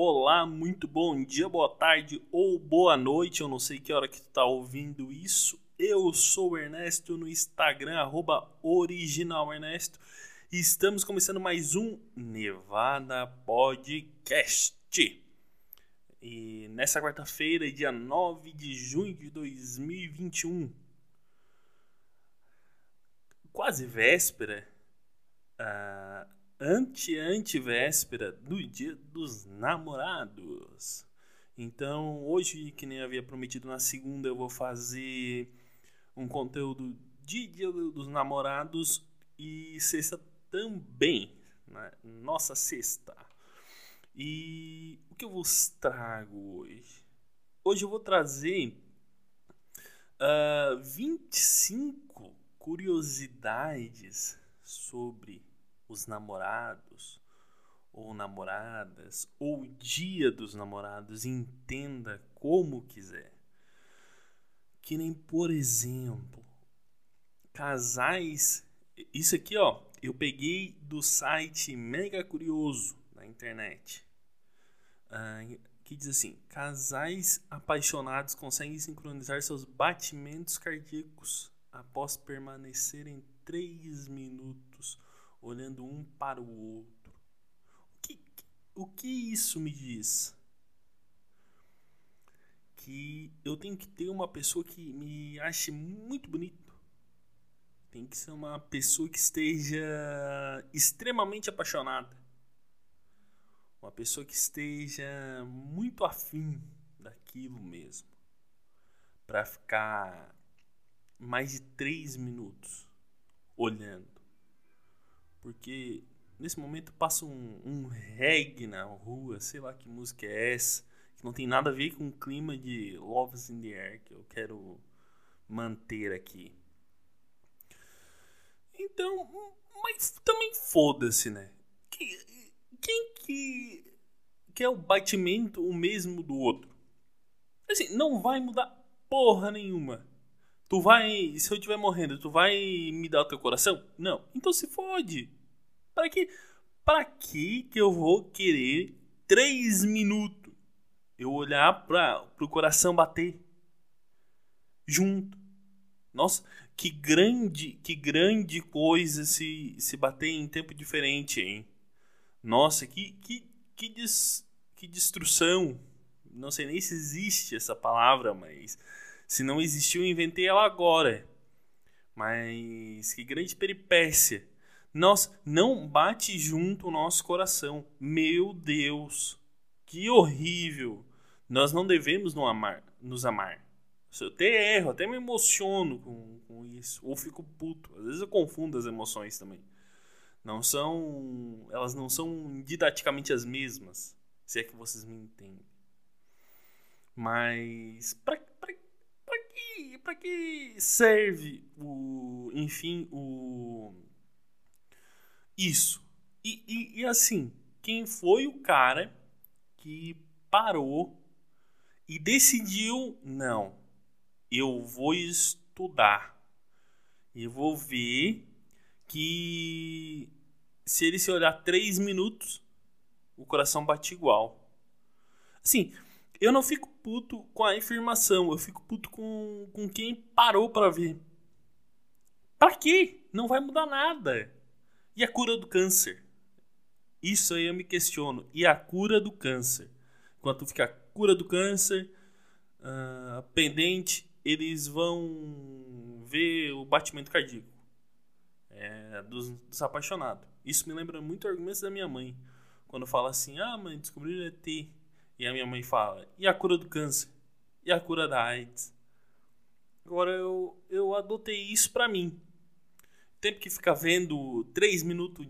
Olá, muito bom dia, boa tarde ou boa noite. Eu não sei que hora que tu tá ouvindo isso. Eu sou o Ernesto no Instagram, @originalernesto. E estamos começando mais um Nevada Podcast. E nessa quarta-feira, dia 9 de junho de 2021, quase véspera, antevéspera do Dia dos Namorados. Então, hoje, que nem havia prometido na segunda, eu vou fazer um conteúdo de Dia dos Namorados e sexta também, né? Nossa sexta. E o que eu vos trago hoje? Hoje eu vou trazer 25 curiosidades sobre os namorados ou namoradas ou Dia dos Namorados, entenda como quiser. Que nem, por exemplo, casais. Isso aqui, ó, eu peguei do site Mega Curioso na internet. Que diz assim: casais apaixonados conseguem sincronizar seus batimentos cardíacos após permanecerem 3 minutos olhando um para o outro. O que isso me diz? Que eu tenho que ter uma pessoa que me ache muito bonito. Tem que ser uma pessoa que esteja extremamente apaixonada. Uma pessoa que esteja muito afim daquilo mesmo. Para ficar mais de 3 minutos olhando. Porque nesse momento passa um reggae na rua, sei lá que música é essa, que não tem nada a ver com o clima de Love's in the Air que eu quero manter aqui. Então, mas também foda-se, né? Quem que quer o batimento o mesmo do outro? Assim, não vai mudar porra nenhuma. Tu vai, se eu estiver morrendo, tu vai me dar o teu coração? Não. Então se fode. Pra que que eu vou querer 3 minutos eu olhar pro coração bater junto? Nossa, que grande coisa se bater em tempo diferente, hein? Nossa, que destruição. Não sei nem se existe essa palavra, mas se não existiu, eu inventei ela agora. Mas que grande peripécia. Nossa, não bate junto o nosso coração. Meu Deus, que horrível. Nós não devemos nos amar. Se eu até erro, até me emociono com isso. Ou fico puto. Às vezes eu confundo as emoções também. Elas não são didaticamente as mesmas. Se é que vocês me entendem. Mas pra que serve isso? E assim, quem foi o cara que parou e decidiu, não, eu vou estudar e vou ver que se ele se olhar 3 minutos, o coração bate igual. Assim, eu não fico puto com a afirmação, eu fico puto com quem parou pra ver. Pra quê? Não vai mudar nada. E a cura do câncer? Isso aí eu me questiono. E a cura do câncer? Enquanto fica a cura do câncer pendente, eles vão ver o batimento cardíaco dos apaixonados. Isso me lembra muito argumentos da minha mãe. Quando fala assim, mãe, descobriram ET. E a minha mãe fala, e a cura do câncer? E a cura da AIDS? Agora eu adotei isso pra mim. Tempo que fica vendo 3 minutos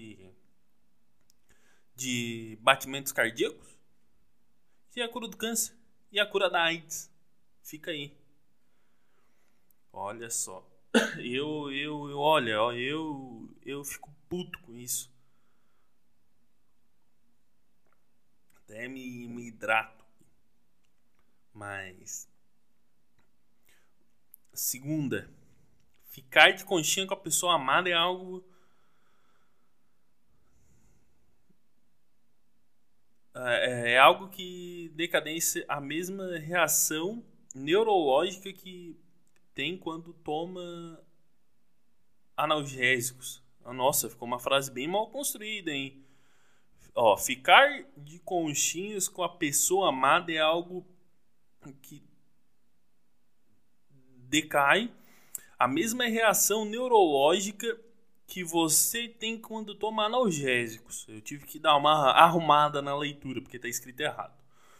de batimentos cardíacos? E a cura do câncer? E a cura da AIDS? Fica aí. Olha só. Eu fico puto com isso. Até me hidrato. Mas segunda, ficar de conchinha com a pessoa amada é algo É algo que decadência, a mesma reação neurológica que tem quando toma analgésicos. Nossa, ficou uma frase bem mal construída, hein? Ó, ficar de conchinhas com a pessoa amada é algo que decai a mesma reação neurológica que você tem quando toma analgésicos. Eu tive que dar uma arrumada na leitura, porque está escrito errado.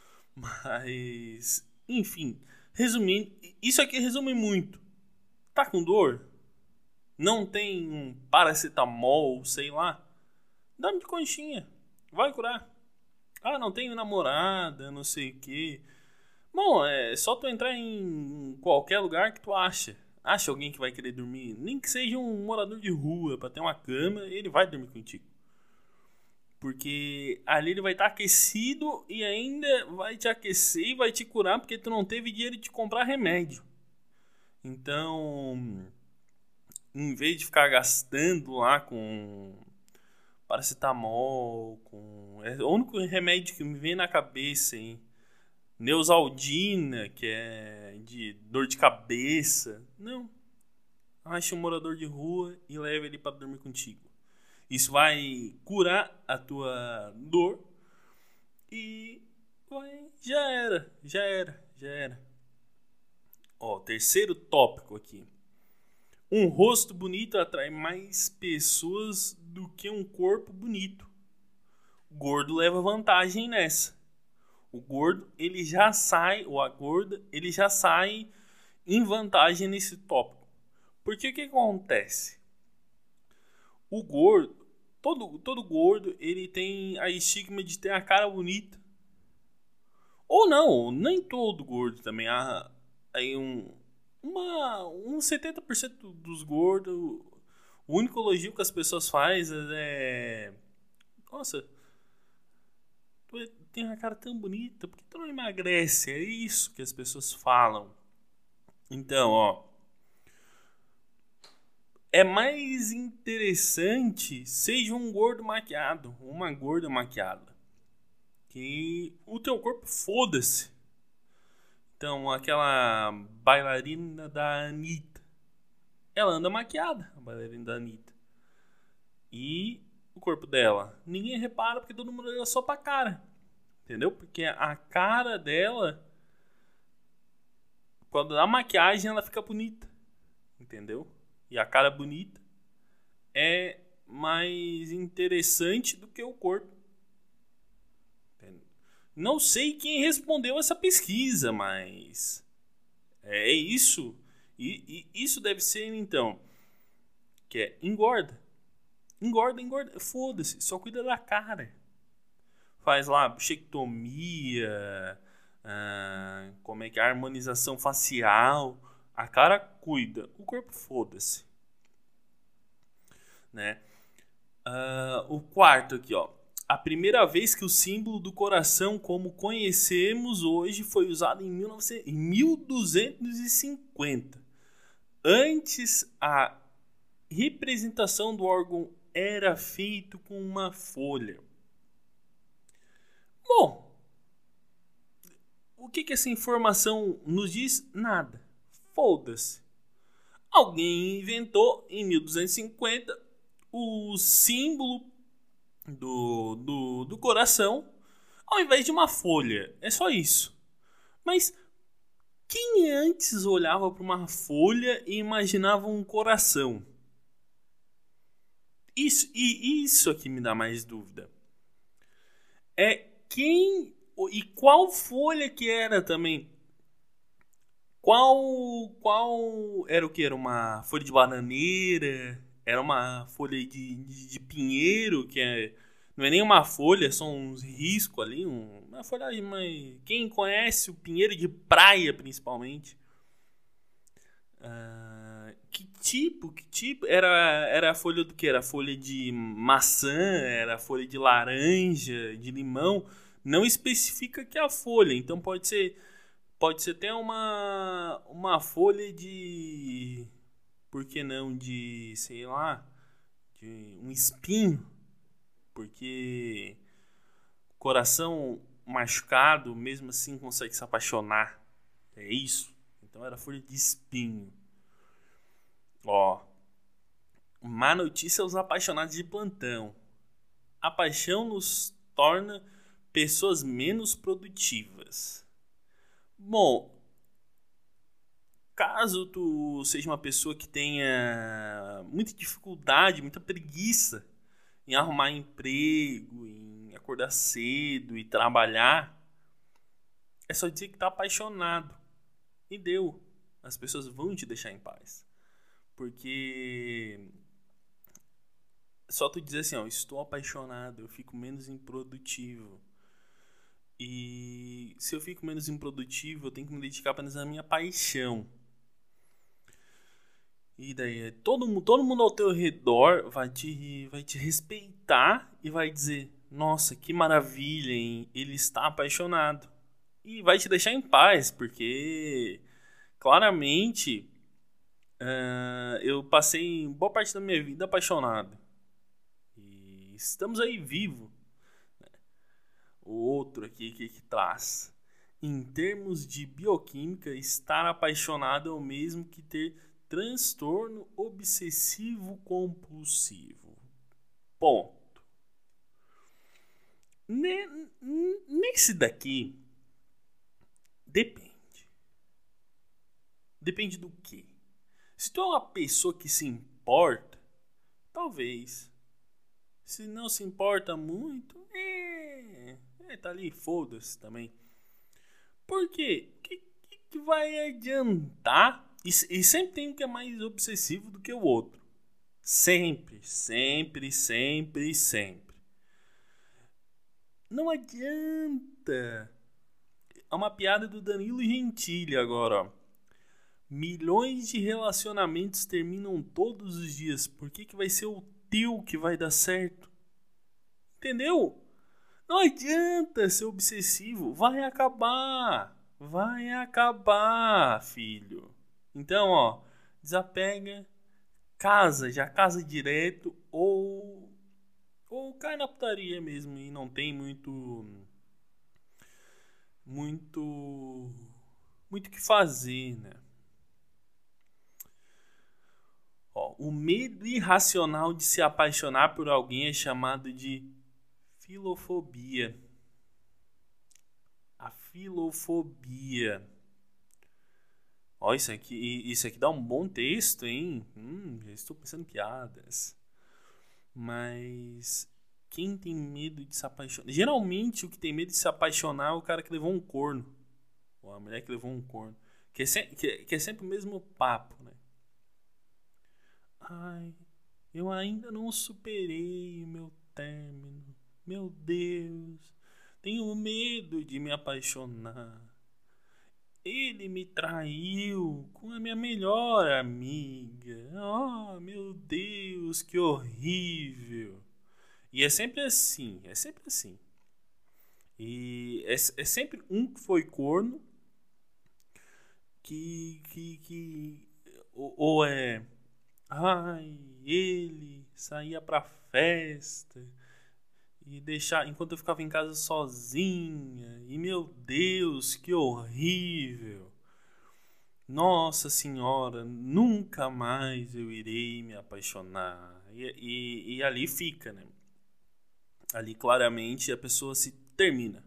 Mas, enfim, resumindo, isso aqui resume muito. Tá com dor? Não tem um paracetamol, sei lá? Dá-me de conchinha. Vai curar. Ah, não tenho namorada, não sei o quê. Bom, é só tu entrar em qualquer lugar que tu acha. Acha alguém que vai querer dormir. Nem que seja um morador de rua pra ter uma cama, ele vai dormir contigo. Porque ali ele vai estar aquecido e ainda vai te aquecer e vai te curar porque tu não teve dinheiro de comprar remédio. Então, em vez de ficar gastando lá com paracetamol, é o único remédio que me vem na cabeça, hein? Neosaldina, que é de dor de cabeça. Não. Ache um morador de rua e leve ele para dormir contigo. Isso vai curar a tua dor e já era. Ó, terceiro tópico aqui. Um rosto bonito atrai mais pessoas do que um corpo bonito. O gordo leva vantagem nessa. O gordo, ele já sai, ou a gorda, ele já sai em vantagem nesse tópico. Porque o que acontece? O gordo, todo gordo, ele tem a estigma de ter a cara bonita. Ou não, nem todo gordo também. Há aí uns 70% dos gordos, o único elogio que as pessoas fazem é... Nossa, tu tem uma cara tão bonita, por que tu não emagrece? É isso que as pessoas falam. Então, ó, é mais interessante seja um gordo maquiado, uma gorda maquiada. Que o teu corpo foda-se. Então, aquela bailarina da Anitta, ela anda maquiada, a bailarina da Anitta. E o corpo dela, ninguém repara porque todo mundo olha só pra cara. Entendeu? Porque a cara dela, quando dá maquiagem, ela fica bonita. Entendeu? E a cara bonita é mais interessante do que o corpo. Entendeu? Não sei quem respondeu essa pesquisa, mas é isso. E isso deve ser, então, que é engorda. Engorda. Foda-se, só cuida da cara. Faz lá bichectomia, como é que é, harmonização facial. A cara cuida, o corpo foda-se. Né? O quarto aqui, ó. A primeira vez que o símbolo do coração, como conhecemos hoje, foi usado em 1250. Antes, a representação do órgão era feita com uma folha. Bom, o que essa informação nos diz? Nada. Foda-se. Alguém inventou em 1250 o símbolo do coração ao invés de uma folha. É só isso. Mas quem antes olhava para uma folha e imaginava um coração? Isso aqui me dá mais dúvida. É quem e qual folha que era também? Qual era o que? Era uma folha de bananeira? Era uma folha de pinheiro, não é nem uma folha, são uns riscos ali, uma folhagem, mas quem conhece o pinheiro de praia, principalmente? Que tipo? Era a folha do que? Era a folha de maçã? Era a folha de laranja, de limão? Não especifica que é a folha, então pode ser até uma folha de... Por que não? De, sei lá, de um espinho. Porque coração machucado, mesmo assim consegue se apaixonar. É isso. Então era folha de espinho. Ó, má notícia aos apaixonados de plantão. A paixão nos torna pessoas menos produtivas. Bom, caso tu seja uma pessoa que tenha muita dificuldade, muita preguiça em arrumar emprego, em acordar cedo e trabalhar, é só dizer que tá apaixonado. E deu. As pessoas vão te deixar em paz. Porque só tu dizer assim, ó, estou apaixonado, eu fico menos improdutivo. E se eu fico menos improdutivo, eu tenho que me dedicar apenas à minha paixão. E daí todo mundo ao teu redor vai te respeitar e vai dizer, nossa, que maravilha, hein? Ele está apaixonado. E vai te deixar em paz, porque claramente eu passei boa parte da minha vida apaixonado. E estamos aí vivos. O outro aqui que traz. Em termos de bioquímica, estar apaixonado é o mesmo que ter transtorno obsessivo compulsivo. Ponto. Nesse daqui, depende. Depende do quê? Se tu é uma pessoa que se importa, talvez. Se não se importa muito, tá ali, foda-se também. Por quê? O que vai adiantar? E sempre tem um que é mais obsessivo do que o outro. Sempre, sempre, sempre, sempre. Não adianta. É uma piada do Danilo Gentili agora, ó. Milhões de relacionamentos terminam todos os dias. Por que vai ser o teu que vai dar certo? Entendeu? Não adianta ser obsessivo. Vai acabar. Vai acabar, filho. Então, ó, desapega, já casa direto ou cai na putaria mesmo e não tem muito o que fazer, né? Ó, o medo irracional de se apaixonar por alguém é chamado de filofobia. A filofobia. Ó, isso aqui dá um bom texto, hein? Já estou pensando em piadas. Mas quem tem medo de se apaixonar? Geralmente o que tem medo de se apaixonar é o cara que levou um corno. Ou a mulher que levou um corno. Que é sempre o mesmo papo, né? Ai, eu ainda não superei o meu término. Meu Deus, tenho medo de me apaixonar. Ele me traiu com a minha melhor amiga. Oh, meu Deus, que horrível. E é sempre assim, é sempre assim. E é sempre um que foi corno ou é, ai, ele saía pra festa e deixar enquanto eu ficava em casa sozinha. E meu Deus, que horrível. Nossa senhora, nunca mais eu irei me apaixonar. E ali fica, né? Ali claramente a pessoa se termina.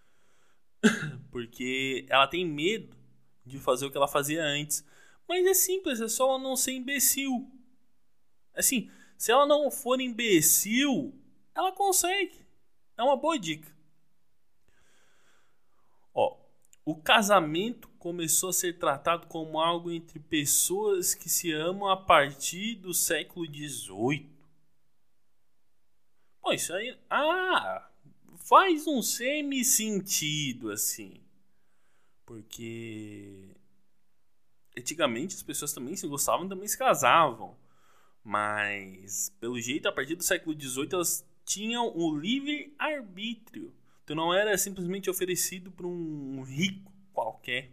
Porque ela tem medo de fazer o que ela fazia antes. Mas é simples, é só ela não ser imbecil. Assim, se ela não for imbecil, ela consegue. É uma boa dica. Ó, o casamento começou a ser tratado como algo entre pessoas que se amam a partir do século XVIII. Pô, isso aí... faz um semi-sentido, assim. Porque... antigamente as pessoas também se gostavam e também se casavam. Mas, pelo jeito, a partir do século XVIII, elas tinham o livre-arbítrio. Tu não era simplesmente oferecido para um rico qualquer.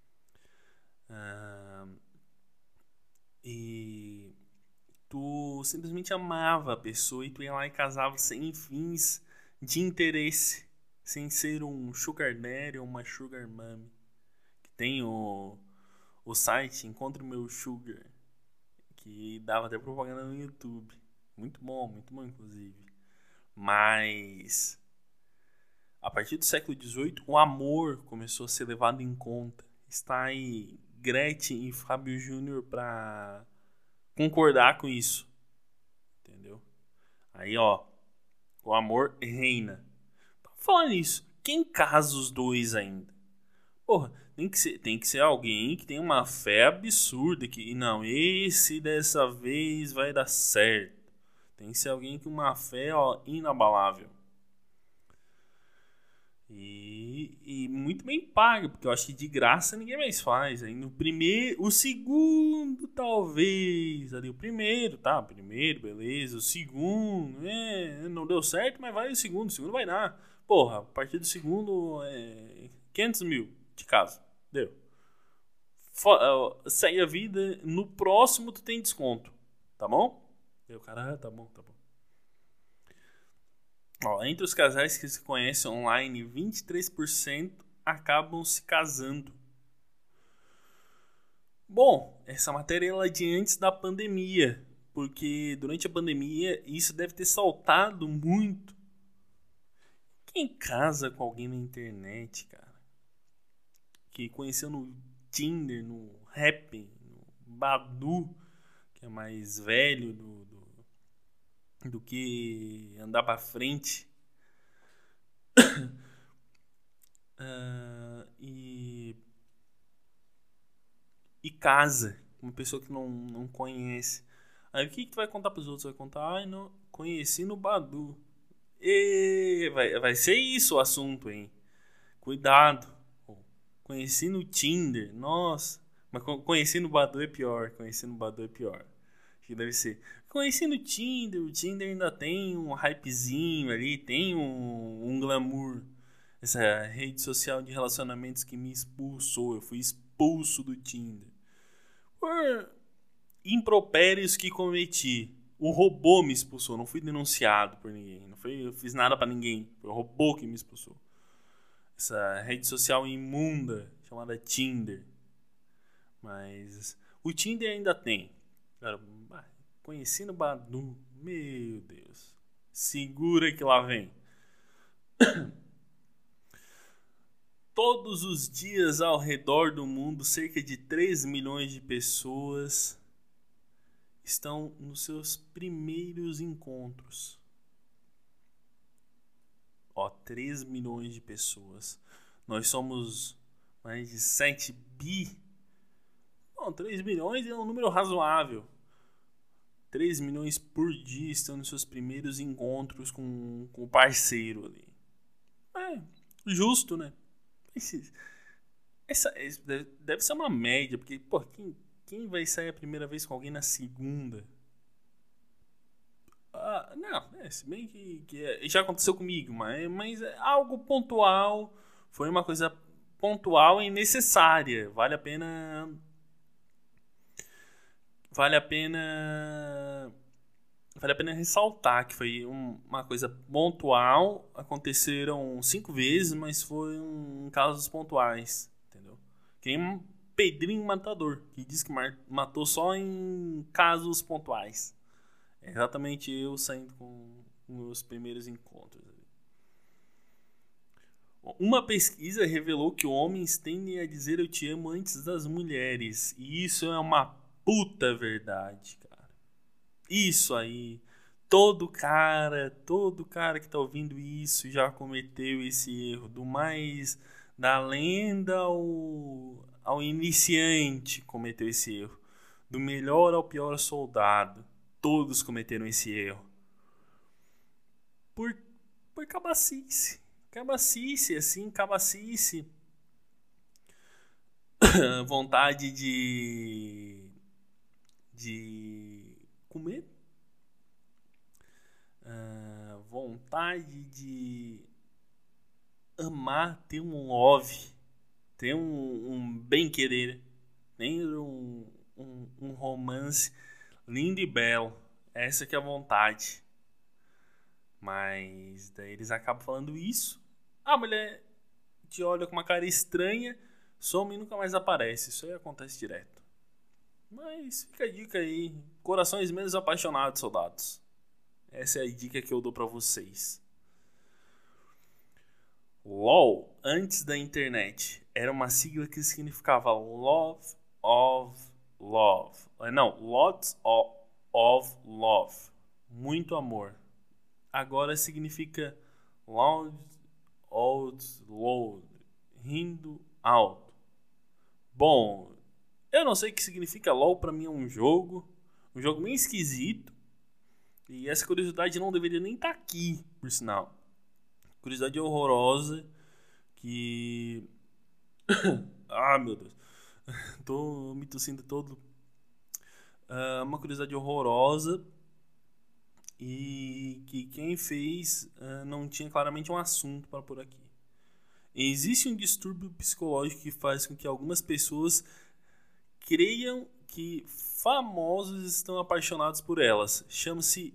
E tu simplesmente amava a pessoa e tu ia lá e casava sem fins de interesse. sem ser um sugar daddy ou uma sugar mommy. Que tem o site Encontre Meu Sugar, que dava até propaganda no YouTube. Muito bom inclusive. Mas a partir do século XVIII, o amor começou a ser levado em conta. Está aí Gretchen e Fábio Júnior para concordar com isso. Entendeu? Aí, ó, o amor reina. Falando nisso, quem casa os dois ainda? Porra, tem que ser alguém que tem uma fé absurda. Que não, esse dessa vez vai dar certo. Tem que ser alguém com uma fé, ó, inabalável. E muito bem paga, porque eu acho que de graça ninguém mais faz. Aí no primeiro, o segundo, talvez. Ali o primeiro, tá? Primeiro, beleza. O segundo, não deu certo, mas vai o segundo. O segundo vai dar. Porra, a partir do segundo, 500 mil de casa. Deu. Segue a vida. No próximo, tu tem desconto. Tá bom? Deu, cara, tá bom. Ó, entre os casais que se conhecem online, 23% acabam se casando. Bom, essa matéria é de antes da pandemia, porque durante a pandemia isso deve ter saltado muito. Quem casa com alguém na internet, cara? Que conheceu no Tinder, no Happn, no Badoo, que é mais velho do que andar pra frente. E casa com uma pessoa que não conhece. Aí o que tu vai contar pros outros? Vai contar, não, conheci no Badoo. Vai ser isso o assunto, hein? Cuidado. Conheci no Tinder, nossa. Mas conheci no Badoo é pior. Acho que deve ser. Conheci no Tinder, o Tinder ainda tem um hypezinho ali, tem um glamour. Essa rede social de relacionamentos que me expulsou. Eu fui expulso do Tinder por impropérios que cometi. O robô me expulsou, não fui denunciado por ninguém. Eu fiz nada pra ninguém. Foi o robô que me expulsou. Essa rede social imunda chamada Tinder. Mas o Tinder ainda tem. Cara, conheci no Badoo. Meu Deus. Segura que lá vem. Todos os dias ao redor do mundo, cerca de 3 milhões de pessoas estão nos seus primeiros encontros. Ó, 3 milhões de pessoas. Nós somos mais de 7 bi. Bom, 3 milhões é um número razoável. 3 milhões por dia estão nos seus primeiros encontros com o parceiro ali. É, justo, né? Essa deve ser uma média, porque, pô, quem vai sair a primeira vez com alguém na segunda? Não, se bem que já aconteceu comigo, mas é algo pontual, foi uma coisa pontual e necessária. Vale a pena ressaltar que foi uma coisa pontual. Aconteceram 5 vezes, mas foram casos pontuais, entendeu? Quem Pedrinho Matador, que diz que matou só em casos pontuais. É exatamente eu saindo com meus primeiros encontros. Uma pesquisa revelou que homens tendem a dizer eu te amo antes das mulheres. E isso é uma puta verdade, cara. Isso aí. Todo cara que tá ouvindo isso já cometeu esse erro. Da lenda ao iniciante cometeu esse erro. Do melhor ao pior soldado. Todos cometeram esse erro. Por cabacice. Cabacice. Vontade de comer. Vontade de amar, ter um love, ter um bem-querer, nem um romance lindo e belo. Essa que é a vontade. Mas daí eles acabam falando isso A mulher te olha com uma cara estranha, some e nunca mais aparece. Isso aí acontece direto. Mas fica a dica aí. Corações menos apaixonados, soldados. Essa é a dica que eu dou pra vocês. LOL, antes da internet, era uma sigla que significava Love of Love. Não, Lots of Love. Muito amor. Agora significa Loud, Old, Loud. Rindo alto. Bom, eu não sei o que significa LOL, pra mim é um jogo meio esquisito. E essa curiosidade não deveria nem estar aqui, por sinal. Curiosidade horrorosa que... Ah, meu Deus. Tô me tossindo todo. Uma curiosidade horrorosa e que quem fez não tinha claramente um assunto para por aqui. Existe um distúrbio psicológico que faz com que algumas pessoas creiam que famosos estão apaixonados por elas. Chama-se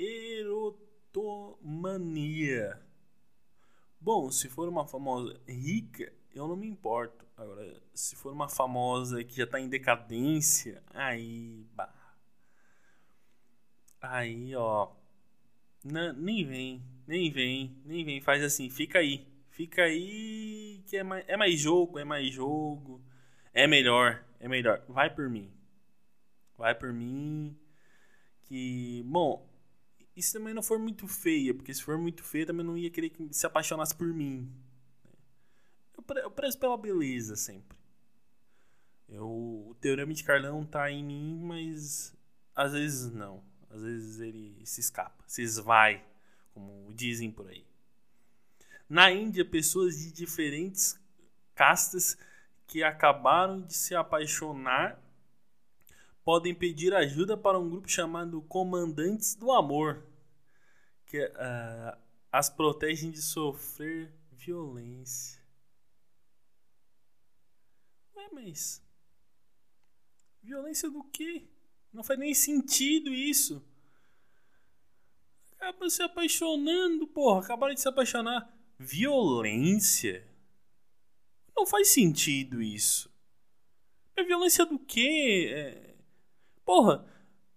erotomania. Bom, se for uma famosa rica, eu não me importo. Agora, se for uma famosa que já tá em decadência, aí, aí, ó, nem vem, faz assim, fica aí que é mais jogo, é melhor, vai por mim, que, bom, e se também não for muito feia, porque se for muito feia também não ia querer que se apaixonasse por mim. Eu prezo pela beleza sempre. O Teorema de Carlão tá em mim, mas às vezes não. Às vezes ele se escapa, se esvai, como dizem por aí. Na Índia, pessoas de diferentes castas que acabaram de se apaixonar podem pedir ajuda para um grupo chamado Comandantes do Amor, que as protegem de sofrer violência. Ué, mas violência do quê? Não faz nem sentido isso. Acaba se apaixonando, porra. Acabaram de se apaixonar. Violência? Não faz sentido isso. É violência do quê? Porra,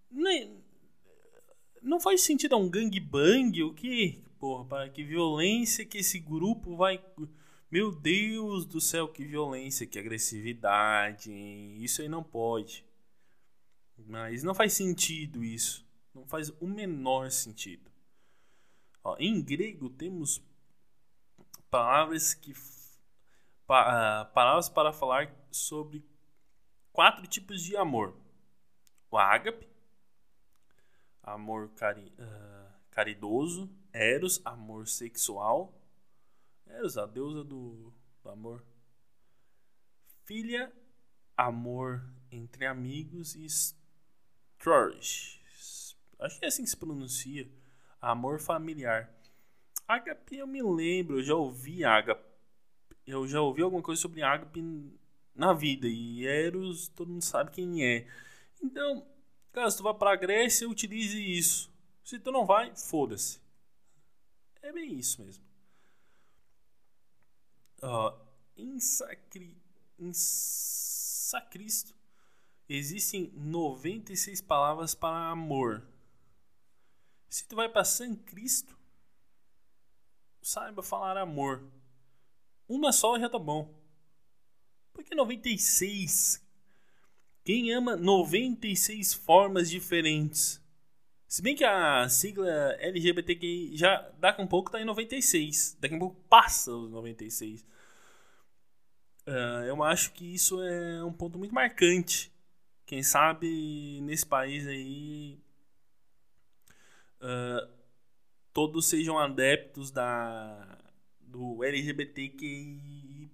não faz sentido. É um gangbang? O quê? Porra, que violência que esse grupo vai... Meu Deus do céu, que violência, que agressividade. Hein? Isso aí não pode. Mas não faz sentido isso. Não faz o menor sentido. Ó, em grego temos palavras palavras para falar sobre 4 tipos de amor. O ágape, amor caridoso. Eros, amor sexual. Eros, a deusa do amor. Filia, amor entre amigos. E storge, acho que é assim que se pronuncia, amor familiar. Ágape eu me lembro, eu já ouvi alguma coisa sobre ágape na vida, e Eros todo mundo sabe quem é. Então, cara, se tu vai pra Grécia, utilize isso. Se tu não vai, foda-se. É bem isso mesmo. Em Sacristo existem 96 palavras para amor. Se tu vai para San Cristo, saiba falar amor. Uma só já tá bom. Por que 96? Quem ama 96 formas diferentes? Se bem que a sigla LGBTQI já daqui a um pouco tá em 96. Daqui a um pouco passa os 96. Eu acho que isso é um ponto muito marcante. Quem sabe nesse país aí todos sejam adeptos do LGBTQI+.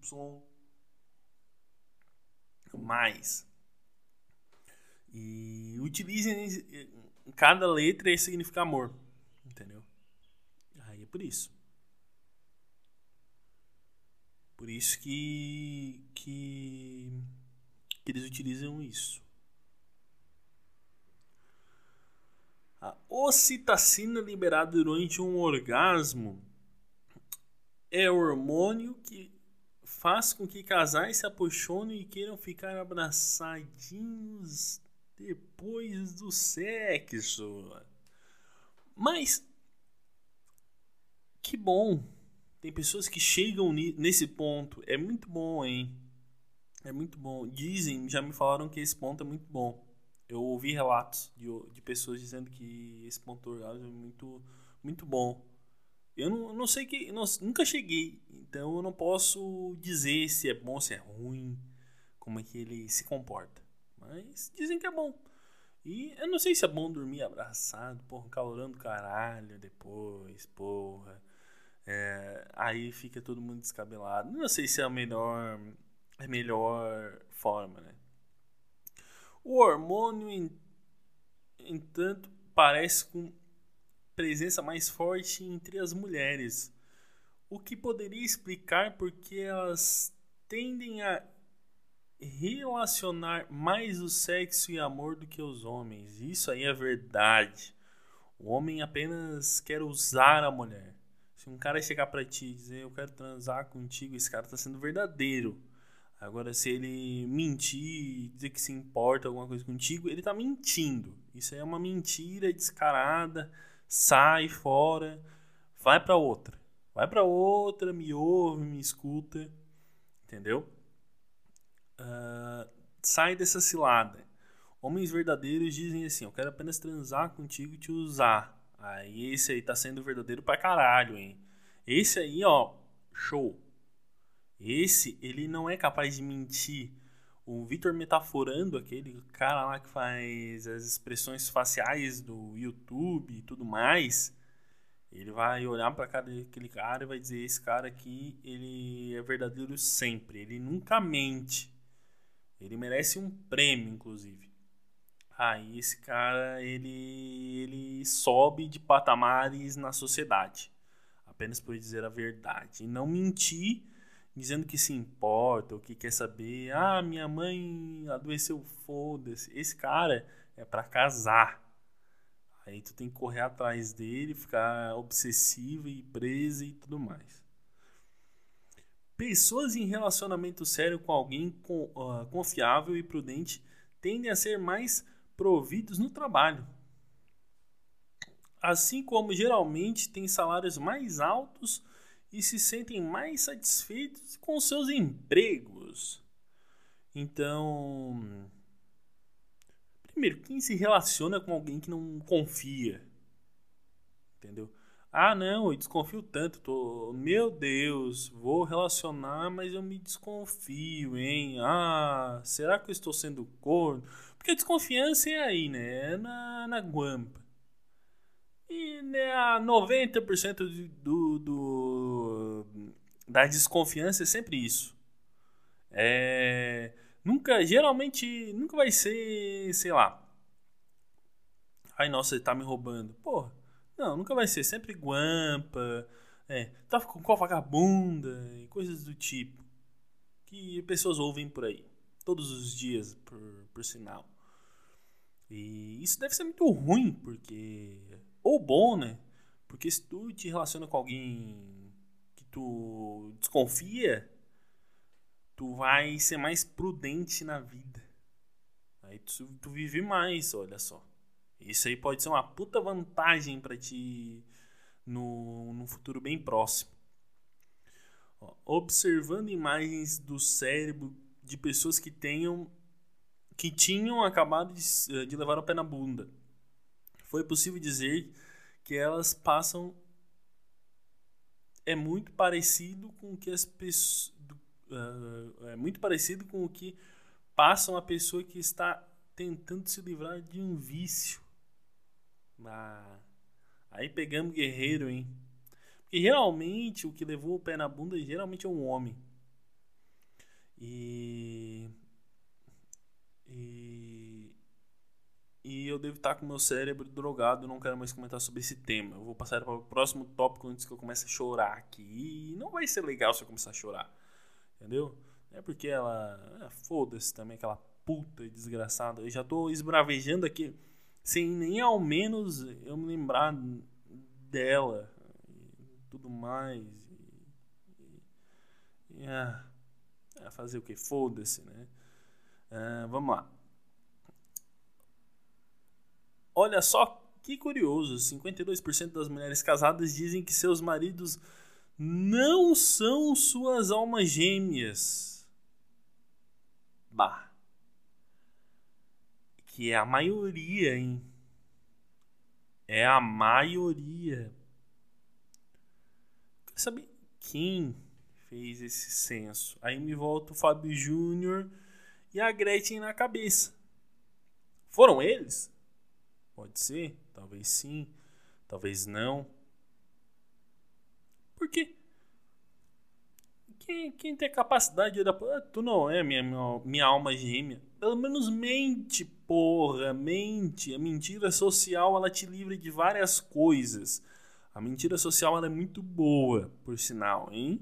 E utilizem cada letra e significa amor. Entendeu? Aí é por isso. Por isso que eles utilizam isso. A ocitocina liberada durante um orgasmo é hormônio que faz com que casais se apaixonem e queiram ficar abraçadinhos depois do sexo. Mas que bom. Tem pessoas que chegam nesse ponto. É muito bom, hein? É muito bom. Dizem, já me falaram que esse ponto é muito bom. Eu ouvi relatos de pessoas dizendo que esse ponto do orgasmo é muito, muito bom. Eu não sei que. Nunca cheguei. Então eu não posso dizer se é bom, se é ruim. Como é que ele se comporta. Mas dizem que é bom. E eu não sei se é bom dormir abraçado, porra, calorão do caralho depois, porra. Aí fica todo mundo descabelado. Não sei se é a melhor forma, né? O hormônio, entanto, parece com presença mais forte entre as mulheres, o que poderia explicar porque elas tendem a relacionar mais o sexo e amor do que os homens. Isso aí é verdade. O homem apenas quer usar a mulher. Se um cara chegar pra ti e dizer eu quero transar contigo, esse cara tá sendo verdadeiro. Agora, se ele mentir, dizer que se importa alguma coisa contigo, ele tá mentindo. Isso aí é uma mentira descarada. Sai fora, vai pra outra. Vai pra outra, me ouve, me escuta. Entendeu? Sai dessa cilada. Homens verdadeiros dizem assim: eu quero apenas transar contigo e te usar. Aí esse aí tá sendo verdadeiro pra caralho, hein? Esse aí, ó, show. Esse, ele não é capaz de mentir. O Vitor Metaforando, aquele cara lá que faz as expressões faciais do YouTube e tudo mais, ele vai olhar pra cara daquele cara e vai dizer: esse cara aqui, ele é verdadeiro sempre. Ele nunca mente. Ele merece um prêmio, inclusive. Aí esse cara, ele sobe de patamares na sociedade. Apenas por dizer a verdade. E não mentir dizendo que se importa, ou que quer saber. Ah, minha mãe adoeceu, foda-se. Esse cara é pra casar. Aí tu tem que correr atrás dele, ficar obsessivo e preso e tudo mais. Pessoas em relacionamento sério com alguém confiável e prudente tendem a ser mais providos no trabalho. Assim como geralmente têm salários mais altos e se sentem mais satisfeitos com seus empregos. Então, primeiro, quem se relaciona com alguém que não confia? Entendeu? Ah, não, eu desconfio tanto. Meu Deus, vou relacionar, mas eu me desconfio, hein? Ah, será que eu estou sendo corno? Porque a desconfiança é aí, né? É na guampa. E né, a 90% da desconfiança é sempre isso. Geralmente, nunca vai ser, sei lá. Ai, nossa, ele tá me roubando. Porra, não, nunca vai ser. Sempre guampa, tá com qual vagabunda e coisas do tipo. Que pessoas ouvem por aí. Todos os dias, por sinal. E isso deve ser muito ruim, porque... Ou bom, né? Porque se tu te relaciona com alguém que tu desconfia, tu vai ser mais prudente na vida. Aí tu vive mais, olha só. Isso aí pode ser uma puta vantagem pra ti no futuro bem próximo. Ó, observando imagens do cérebro de pessoas que tinham acabado de levar o pé na bunda, foi possível dizer que elas passam é muito parecido com o que as pessoas é muito parecido com o que passa uma pessoa que está tentando se livrar de um vício. Aí pegamos guerreiro, hein? Porque geralmente o que levou o pé na bunda geralmente é um homem. E eu devo estar com o meu cérebro drogado. Eu não quero mais comentar sobre esse tema. Eu vou passar para o próximo tópico antes que eu comece a chorar aqui. E não vai ser legal se eu começar a chorar. Entendeu? É porque ela... foda-se também, aquela puta desgraçada. Eu já tô esbravejando aqui sem nem ao menos eu me lembrar dela e tudo mais. Fazer o que? Foda-se, né? Vamos lá. Olha só que curioso, 52% das mulheres casadas dizem que seus maridos não são suas almas gêmeas. Bah. Que é a maioria, hein? É a maioria. Quer saber quem fez esse censo? Aí me volta o Fábio Júnior e a Gretchen na cabeça. Foram eles? Pode ser, talvez sim, talvez não. Por quê? Quem tem capacidade de olhar pra... Tu não é minha alma gêmea. Pelo menos mente, porra, mente. A mentira social, ela te livra de várias coisas. A mentira social, ela é muito boa, por sinal, hein?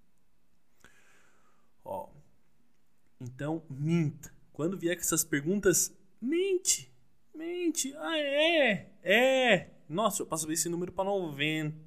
Ó. Então, minta. Quando vier com essas perguntas, mente. Ah, é. Nossa, eu passo esse número pra 90.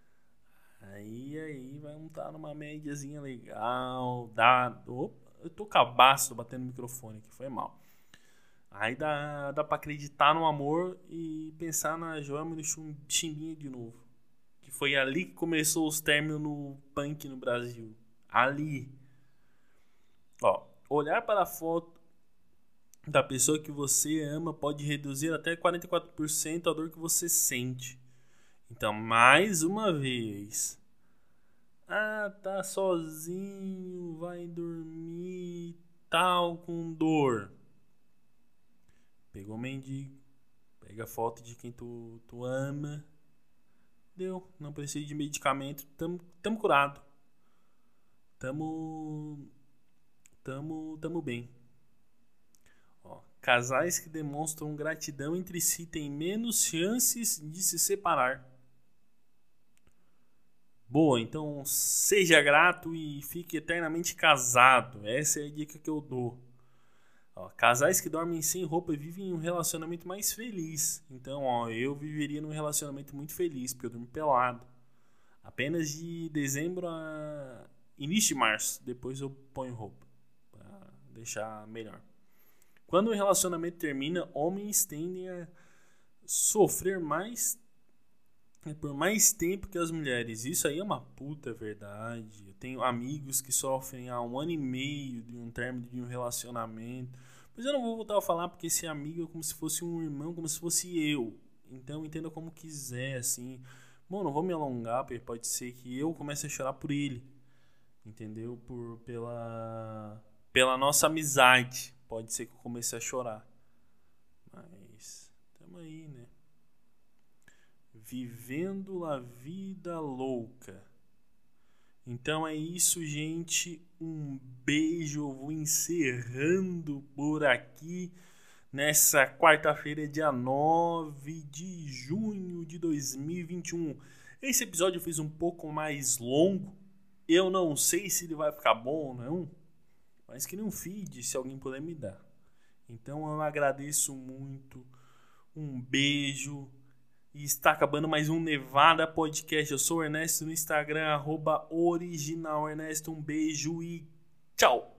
Aí vai estar numa médiazinha legal. Opa, eu tô cabaço batendo no microfone aqui, foi mal. Aí dá pra acreditar no amor e pensar na Joelma e no Chimbinha de novo. Que foi ali que começou os términos no punk no Brasil. Ali. Ó, olhar para a foto da pessoa que você ama pode reduzir até 44% a dor que você sente. Então, mais uma vez... tá sozinho, vai dormir, tal, com dor. Pegou o mendigo, pega a foto de quem tu ama. Deu, não precisa de medicamento, tamo curado. Tamo bem. Ó, casais que demonstram gratidão entre si têm menos chances de se separar. Boa, então seja grato e fique eternamente casado. Essa é a dica que eu dou. Ó, casais que dormem sem roupa vivem um relacionamento mais feliz. Então, eu viveria num relacionamento muito feliz, porque eu durmo pelado. Apenas de dezembro a início de março. Depois eu ponho roupa, pra deixar melhor. Quando o relacionamento termina, homens tendem a sofrer mais por mais tempo que as mulheres. Isso aí é uma puta verdade. Eu tenho amigos que sofrem há 1 ano e meio de um término de um relacionamento. Mas eu não vou voltar a falar porque esse amigo é como se fosse um irmão, como se fosse eu. Então entenda como quiser, assim. Bom, não vou me alongar, porque pode ser que eu comece a chorar por ele. Entendeu? Pela nossa amizade. Pode ser que eu comece a chorar. Mas tamo aí, né? Vivendo a vida louca. Então é isso, gente. Um beijo. Eu vou encerrando por aqui nessa quarta-feira, dia 9 de junho de 2021. Esse episódio eu fiz um pouco mais longo. Eu não sei se ele vai ficar bom ou não, mas que nem um feed, se alguém puder me dar. Então eu agradeço muito. Um beijo. E está acabando mais um Nevada Podcast. Eu sou o Ernesto no Instagram, @originalernesto. Um beijo e tchau!